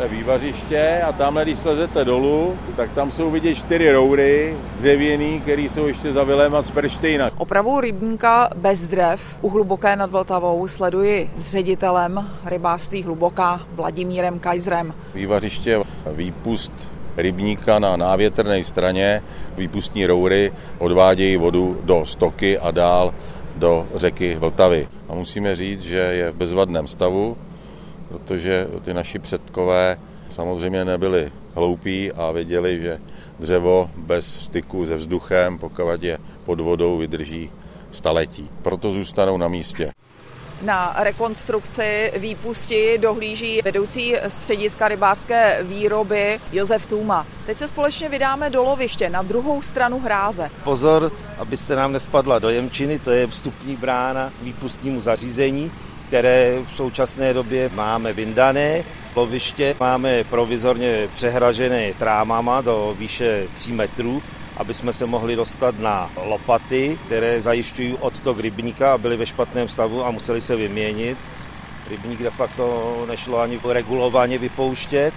je vývařiště a tamhle, když slezete dolů, tak tam jsou vidět 4 roury dřevěný, které jsou ještě zaviléma z perštejna. Opravu rybníka bez drev u Hluboké nad Vltavou sleduji s ředitelem rybářství Hluboká Vladimírem Kajzrem. Vývařiště, výpust rybníka na návětrné straně, výpustní roury odvádějí vodu do stoky a dál do řeky Vltavy. A musíme říct, že je v bezvadném stavu, protože ty naši předkové samozřejmě nebyli hloupí a věděli, že dřevo bez styku se vzduchem, pokud je pod vodou, vydrží staletí. Proto zůstanou na místě. Na rekonstrukci výpusti dohlíží vedoucí střediska rybářské výroby Josef Tůma. Teď se společně vydáme do loviště na druhou stranu hráze. Pozor, abyste nám nespadla do jemčiny, to je vstupní brána k výpustnímu zařízení, které v současné době máme vyndané. Loviště máme provizorně přehražené trámama do výše 3 metrů, aby jsme se mohli dostat na lopaty, které zajišťují odtok rybníka a byly ve špatném stavu a museli se vyměnit. Rybník de facto nešlo ani regulovaně vypouštět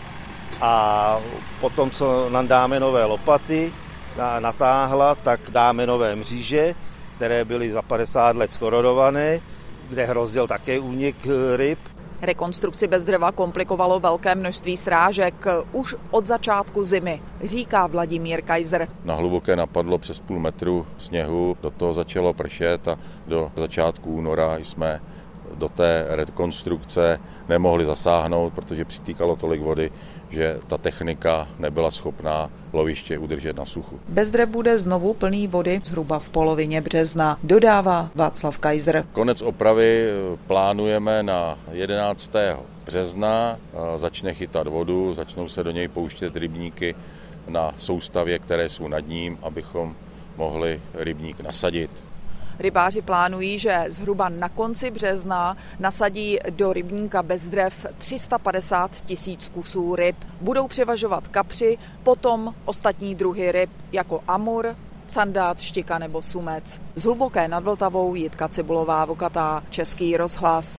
a potom, co nám dáme nové lopaty, natáhla, tak dáme nové mříže, které byly za 50 let skorodované, kde hrozil také únik ryb. Rekonstrukci bez dřeva komplikovalo velké množství srážek už od začátku zimy, říká Vladimír Kajzer. Na Hluboké napadlo přes půl metru sněhu, do toho začalo pršet a do začátku února jsme do té rekonstrukce nemohli zasáhnout, protože přitýkalo tolik vody, že ta technika nebyla schopná loviště udržet na suchu. Bezdrev bude znovu plný vody zhruba v polovině března, dodává Václav Kajzer. Konec opravy plánujeme na 11. března, začne chytat vodu, začnou se do něj pouštět rybníky na soustavě, které jsou nad ním, abychom mohli rybník nasadit. Rybáři plánují, že zhruba na konci března nasadí do rybníka bez drev 350 000 kusů ryb. Budou převažovat kapři, potom ostatní druhy ryb jako amur, sandát, štika nebo sumec. Z Hluboké nad Vltavou Jitka Cibulová, Vokatá, Český rozhlas.